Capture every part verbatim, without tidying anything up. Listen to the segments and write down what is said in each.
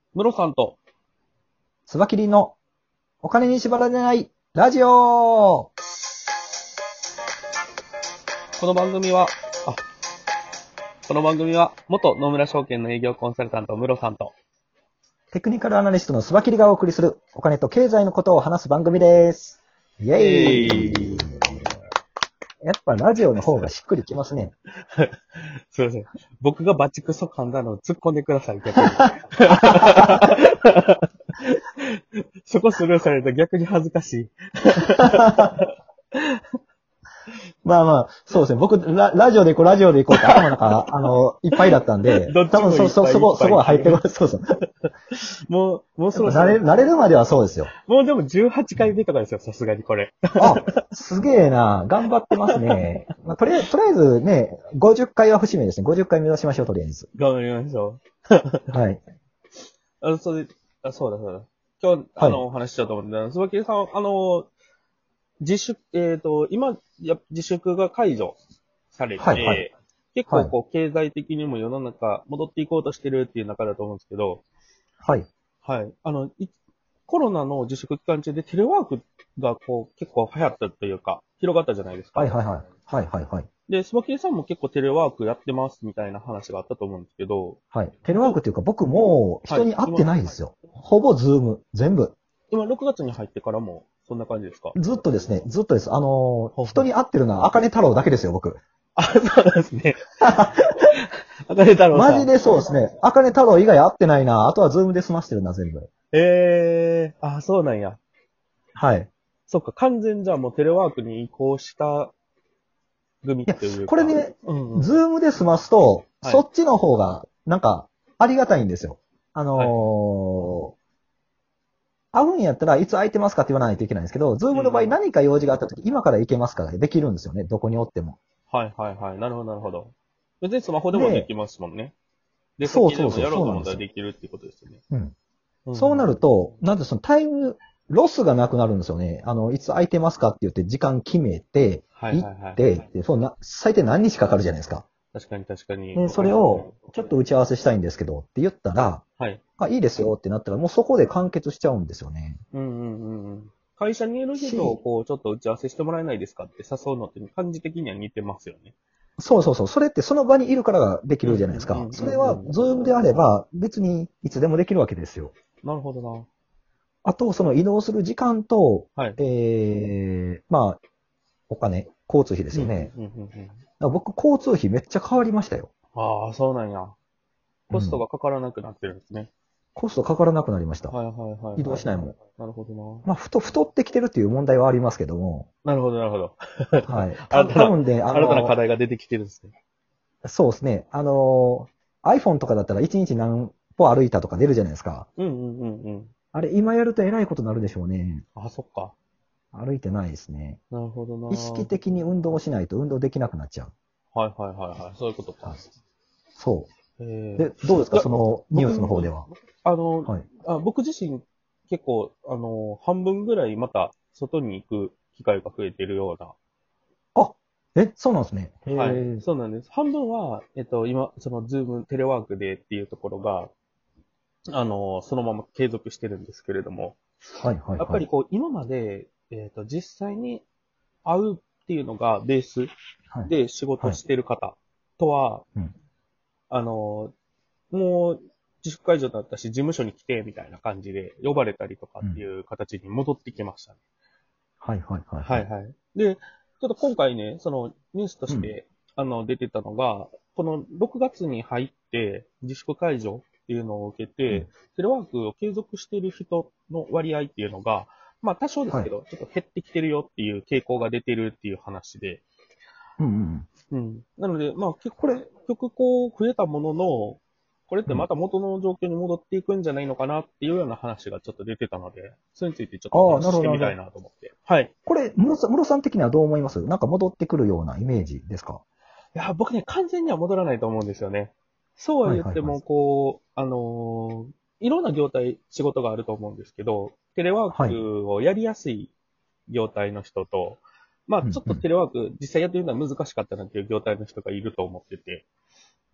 ムロさんと、 つばきりのお金に縛られないラジオ。 この番組は、あ、この番組は、元野村証券の営業コンサルタント、ムロさんと、 テクニカルアナリストのつばきりがお送りするお金と経済のことを話す番組です。イェーイ。やっぱラジオの方がしっくりきますね。 すいません。僕がバチクソ噛んだのを突っ込んでください、逆に。そこスルーされると逆に恥ずかしい。 まあまあ、そうですね。僕、ラ、ラジオで行こう、ラジオで行こうって頭の中、あの、いっぱいだったんで、 どっちもいっぱい多分そ、そ、そこ、そこは入ってこない。そうそう。 もう、もうそろそろ。 慣れ、慣れるまではそうですよ。 もうでもじゅうはちかいめとかですよ、さすがにこれ。 あ、すげえな。頑張ってますね。まあ、とりあえず、とりあえずね、ごじゅっかいは節目ですね。ごじゅっかい目指しましょう、とりあえず。 頑張りましょはい。 う。あ、それ、あ、そうだそうだ。今日、あの、お話ししようと思ってた。つばきさん、あの、自粛、えっと、今、や自粛が解除されて、 はいはい結構こう、経済的にも世の中戻っていこうとしてるっていう中だと思うんですけど、 はい。 はい。あの、いコロナの自粛期間中でテレワークがこう、結構流行ったというか、広がったじゃないですか。 はいはいはい。はいはいはい。 で、スバキさんも結構テレワークやってますみたいな話があったと思うんですけど、 はい。テレワークっていうか僕も人に会ってないですよ。 はい、 ほぼズーム。全部。 今、ろくがつに入ってからも、そんな感じですか？ ずっとですね。ずっとです。あのほうほうー、人に会ってるのは赤根太郎だけですよ、僕。 あ、そうなんですね。赤根太郎さん。 マジでそうですね。赤根太郎以外会ってないな。あとはズームで済ましてるな、全部。 ええー、あ、そうなんや。 はい。 そっか、完全じゃあもうテレワークに移行した組いや、 というか。 これね、 うんうん、 ズームで済ますと、 はい、 そっちの方が、なんか、ありがたいんですよ。あのー、 はい会うんやったらいつ空いてますかって言わないといけないんですけど、ズームの場合何か用事があった時、今から行けますかできるんですよね。どこにおっても。 はいはいはい。なるほどなるほど。別にスマホでもでで、 きますもんね。で、先でそうそうそう、 もやろうと思ったらそうなんですよ。 できるっていうことですよね。 うん。 うん、 そうなると、なんでそのタイムロスがなくなるんですよね。あの、いつ空いてますかって言って時間決めて、行っはいはいはい。 て、で、そうな、最低何日かかるじゃないですか。 確かに確かに。 で、それを、ちょっと打ち合わせしたいんですけどって言ったら、 はい。 あ、いいですよってなったら、もうそこで完結しちゃうんですよね。 うんうんうんうん。会社にいる人をし、 こう、ちょっと打ち合わせしてもらえないですかって誘うのって感じ的には似てますよね。 そうそうそう。それってその場にいるからができるじゃないですか。 うんうんうんうんそれは、ズームであれば、別にいつでもできるわけですよ。 なるほどな。 あと、その移動する時間と、 はい。 えー、まあ、お金、交通費ですよね。 うんうんうんうん。 だから僕、交通費めっちゃ変わりましたよ。 ああ、そうなんや。コストうん。 がかからなくなってるんですね。 コストかからなくなりました。 はいはいはいはい。 移動しないもん。 なるほどな。 まあ、太、太ってきてるっていう問題はありますけども、 なるほどなるほど。 はい。た、 新たな、 多分ね、あ新たな課の、 題が出てきてるんですね。 そうですね。あの、iPhone とかだったらいちにち何歩歩いたとか出るじゃないですか。 うんうんうんうん。 あれ、今やると偉いことになるでしょうね。 あ、そっか。 歩いてないですね。 なるほどな。 意識的に運動をしないと運動できなくなっちゃう。 はいはいはいはい。そういうことか。 はい。そえう。 えで、どうですか、 いやそのニュースの方では。 あの、 はい。 あ僕自身結構、あの、半分ぐらいまた外に行く機会が増えてるような。 あ、え、そうなんですね。へはい。 え。 そうなんです。半分は、えっと、今、そのズーム、テレワークでっていうところが、あの、そのまま継続してるんですけれども、 はいはいはい。 やっぱりこう、今まで、えっと、実際に会うっていうのがベースはい。 で仕事してる方とは、 うん。 あの、もう自粛解除だったし、事務所に来て、みたいな感じで呼ばれたりとかってうん。 いう形に戻ってきましたね。 はいはいはいはい。 はいはい。で、ちょっと今回ね、そのニュースとうん。 して、あの、出てたのが、このろくがつに入って自粛解除っていうのを受けて、 うん。 テレワークを継続している人の割合っていうのが、まあ多少ですはい。 けど、ちょっと減ってきてるよっていう傾向が出てるっていう話で、 うんうんうん。なので、まあ結構これ、結局こう増えたものの、これっうん。うん。 てまた元の状況に戻っていくんじゃないのかなっていうような話がちょっと出てたので、それについてちょっとおああ、 話しなるほどなるほど。 してみたいなと思って。はい。 これ、ムロさん、ムロさん的にはどう思います？なんか戻ってくるようなイメージですか？ いや、僕ね、完全には戻らないと思うんですよね。そうははいはいはい。 言っても、こう、あのーいろんな業態、仕事があると思うんですけど、テレワーはい。 クをやりやすい業態の人と、まあ、ちょっとうんうん。 テレワーク実際やってみるのは難しかったなっていう業態の人がいると思ってて、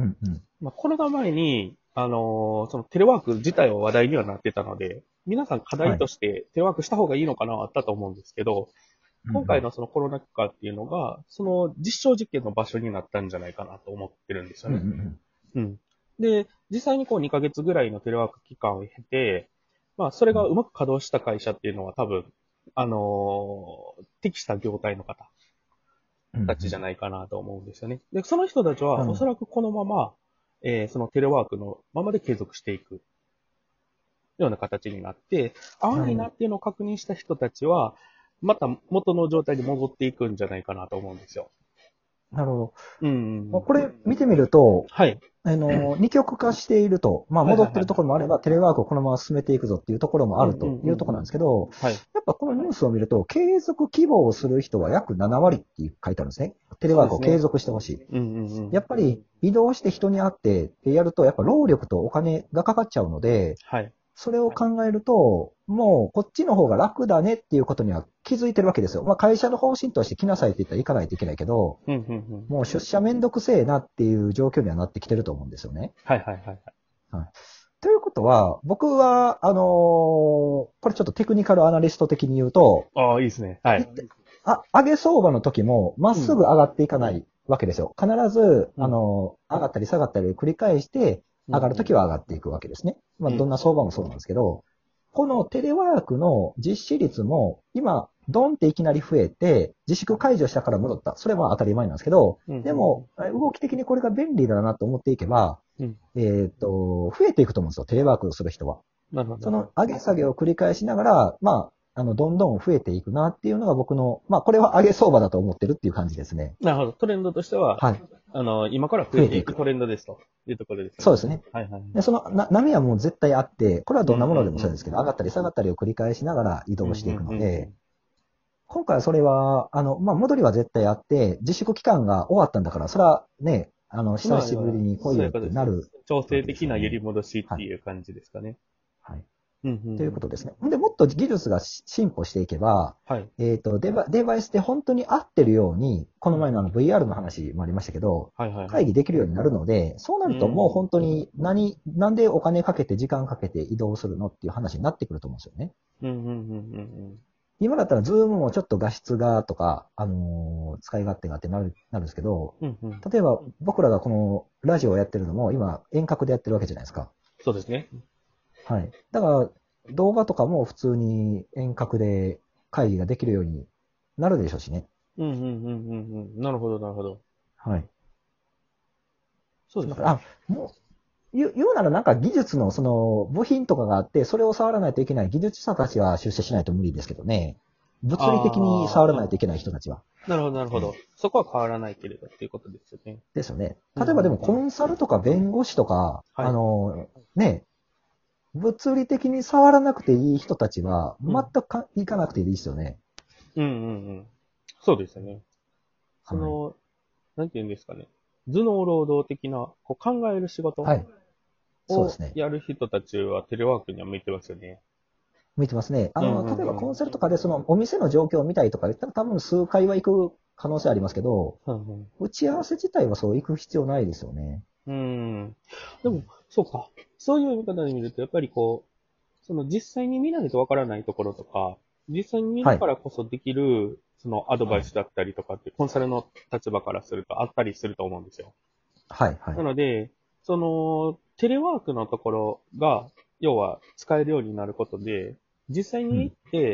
うんうん。 まあ、コロナ前に、あのーそのテレワーク自体は話題にはなってたので、皆さん課題としてテレワークした方がいいのかなあったと思うんですけど、 うんうん。 今回のそのコロナ禍っていうのが、その実証実験の場所になったんじゃないかなと思ってるんですようんうね。 んうん。で、実際にこうにかげつぐらいのテレワーク期間を経て、まあ、それがうまく稼働した会社っていうのは多分、あのー適した業態の方うん。 たちじゃないかなと思うんですよね。で、その人たちはおなるほど。 そらくこのまま、えーそのテレワークのままで継続していくような形になって、合わないなっていうのを確認した人たちは、また元の状態に戻っていくんじゃないかなと思うんですよ。 なるほど。 うんうんうん。 まあこれ見てみると、 はい。 あの、二極化していると、まあはい戻ってるはいはいはい。 ところもあれば、テレワークをこのまま進めていくぞっていうところもあるうんうんというところなんうんうん。 ですけど、 はい。 やっぱこのニュースを見ると、継続希望をする人は約なな割って書いてあるんですね。テレワークを継そうですね。 続してほしい。 うんうんうん。 やっぱり移動して人に会ってやると、やっぱ労力とお金がかかっちゃうので、 はい。 それを考えると、もうこっちの方が楽だねっていうことには気づいてるわけですよ。まあ会社の方針として来なさいって言ったら行かないといけないけど、 うんうんうん。 もう出社めんどくせえなっていう状況にはなってきてると思うんですよね。 はいはいはいはい。 はい。ということは、僕は、あのーこれちょっとテクニカルアナリスト的に言うと、 ああ、いいですね。はい。 あ、上げ相場の時もまっうん。 すぐ上がっていかないわけですよ。必ず、 うん。 あのー上がったり下がったりを繰り返して、 うん上がる時は上がっていくわけですね。まあ、 うん。 どんな相場もそうなんですけど、このテレワークの実施率も、今、ドンっていきなり増えて、自粛解除したから戻った。それは当たり前なんですけど、 うん。 でも、動き的にこれが便利だなと思っていけば、 うん。 えっと、増えていくと思うんですよ、テレワークをする人は。 なるほど。 その上げ下げを繰り返しながら、まあ、あの、どんどん増えていくなっていうのが僕の、まあ、これは上げ相場だと思ってるっていう感じですね。 なるほど。トレンドとしては、 はい。 あの、今から増えていくトレンドですというところですね。 そうですね。 はいはい。 で、そのな波はもう絶対あって、これはどんなものでもうんうんうんそうですけど、上がったり下がったりを繰り返しながら移動していくのうんうんうんうで、今回はそれは、あの、まあ、戻りは絶対あって、自粛期間が終わったんだから、それはね、あの、久しぶりに来いよってなる。 調整的な揺り戻しはい。 っていう感じですかね。 はい。 うんうんうん。 ということですね。で、もっと技術がし進歩していけば、 はい。 えっと、デバ、デバイスで本当に合ってるように、この前のあの ブイアール の話もありましたけど、 はいはいはい。 会議できるようになるので、そうなるともう本当に何、なんでお金かけて時間かけて移動するのっていう話になってくると思うんですよね。 うんうんうんうん今だったらズームもちょっと画質がとか、あのー使い勝手がってなる、なるんですけど、 うん。うんうん。 例えば僕らがこのラジオをやってるのも今遠隔でやってるわけじゃないですか。 そうですね。 はい。だから動画とかも普通に遠隔で会議ができるようになるでしょうしね。 うんうんうんうんうん。なるほどなるほど。 はい。 そうですね。 あ、もう、言う、言うならなんか技術のその部品とかがあって、それを触らないといけない技術者たちは出社しないと無理ですけどね。物理的に触らないといけない人たちは。 なるほどなるほど。そこは変わらないけれどっていうことですよね。 ですよね。例えばでもコンサルとか弁護士とか、 はいあの、ね、物理的に触らなくていい人たちは、 うん全くか行かなくていいですよね。 うんうんうん。そうですよね。その、なんて言うんですかね。頭脳労働的な、こう考える仕事はい。そうでをすね。 やる人たちはテレワークには向いてますよね。 向いてますね。あの、 うんうんうん例えばコンサルとかでそのお店の状況を見たいとか言ったら多分数回は行く可能性ありますけど、 うん打ち合わせ自体はそう行く必要ないですよね。 うん。うんでも、そうか。そういう見方で見ると、やっぱりこう、その実際に見ないとわからないところとか、実際に見るからこそできる、そのアドバイスだったりとかって、コンサルの立場からするとあったりすると思うんですよ。 はい、はいな。ので、その、テレワークのところが、要は使えるようになることで、実際に行って、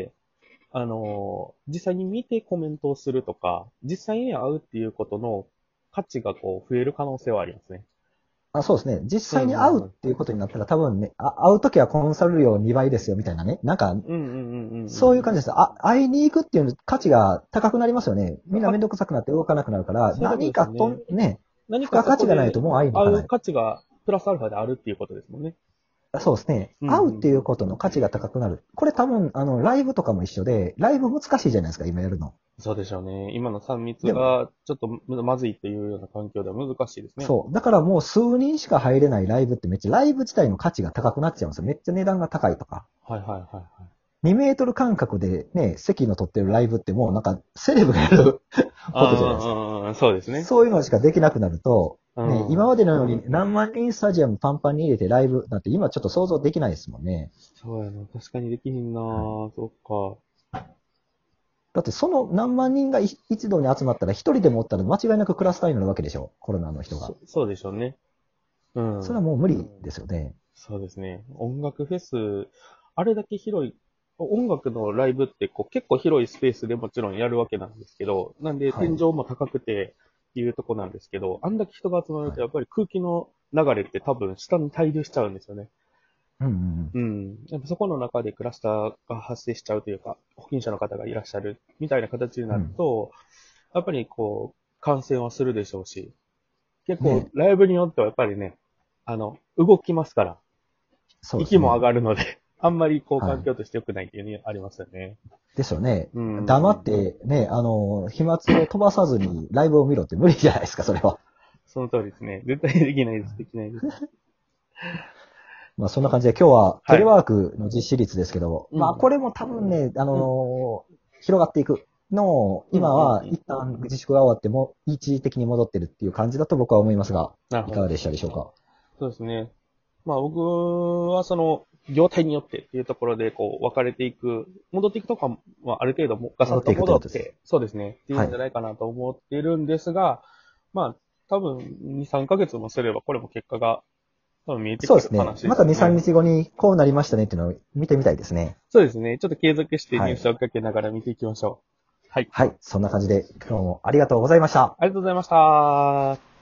あの、実際に見てコメントをするとか、実際に会うっていうことの価値がこう増える可能性はありますね。 あ、そうですね。実際に会うっていうことになったら多分ね、あ会うときはコンサル料にばいですよみたいなね。なんか、 うんうんうんうん、うん。 そういう感じです。あ、会いに行くっていう価値が高くなりますよね。みんなめんどくさくなって動かなくなるから、 そういうことですね何かと、ね、 何付加価値がないともう会いに行か会うない。 価値がプラスアルファであるっていうことですもんね。 そうですね。 うん会うっていうことの価値が高くなる。これ多分、あの、ライブとかも一緒で、ライブ難しいじゃないですか、今やるの。 そうでしょうね。今のさん密でもがちょっとむまずいっていうような環境では難しいですね。 そう。だからもう数人しか入れないライブってめっちゃ、ライブ自体の価値が高くなっちゃうんですよ。めっちゃ値段が高いとか。 はいはいはいはい。 にメートル間隔でね、席の取ってるライブってもうなんかセレブがやることじゃないですか。 ああ、そうですね。 そういうのしかできなくなると、 うんね、今までのように何万人スタジアムパンパンに入れてライブなんて今ちょっと想像できないですもんね。 そうやな。確かにできひんな、 はそっか。 だってその何万人が一堂に集まったら一人でもおったら間違いなくクラスターになるわけでしょ。コロナの人が。 そそうでしょうね。うん。 それはもう無理ですよね。 そうですね。音楽フェス、あれだけ広い、音楽のライブってこう結構広いスペースでもちろんやるわけなんですけど、なんではい天井も高くてっていうとこなんですけど、あんだけ人が集まるはいとやっぱり空気の流れって多分下に滞留しちゃうんですよね。 うんうんうん。 うん。やっぱそこの中でクラスターが発生しちゃうというか、保菌者の方がいらっしゃるみたいな形になると、やっぱりこう、感染はするでしょうし、結構ねライブによってはやっぱりね、あの、動きますから、 そうですね。 息も上がるので、あんまりこうはい環境として良くないっていうのがありますよね。 ですよね。 うん黙ってね、あの、飛沫を飛ばさずにライブを見ろって無理じゃないですか、それは。 その通りですね。絶対できないです。できないです。 まあそんな感じで今日ははいテレワークの実施率ですけど、 うんまあこれも多分ね、あのー広がっていくのを、今は一旦自粛が終わっても一時的に戻ってるっていう感じだと僕は思いますが、 なるほど。 いかがでしたでしょうか。 そうですね。まあ僕はその、業態によってっていうところでこう分かれていく、戻っていくとかはある程度もガサッと戻戻っいくということでってて、そうですね、っていうんじゃないかなと思っているんですが、まあ多分に、さんかげつもすればこれも結果が多分見えてくそうですね。 る話ですね。 またに、さんにちごにこうなりましたねっていうのを見てみたいですね。 そうですね。ちょっと継続してニはいュースを追っかけながら見ていきましょう。はい。 はい。そんな感じで今日もありがとうございました。 ありがとうございました。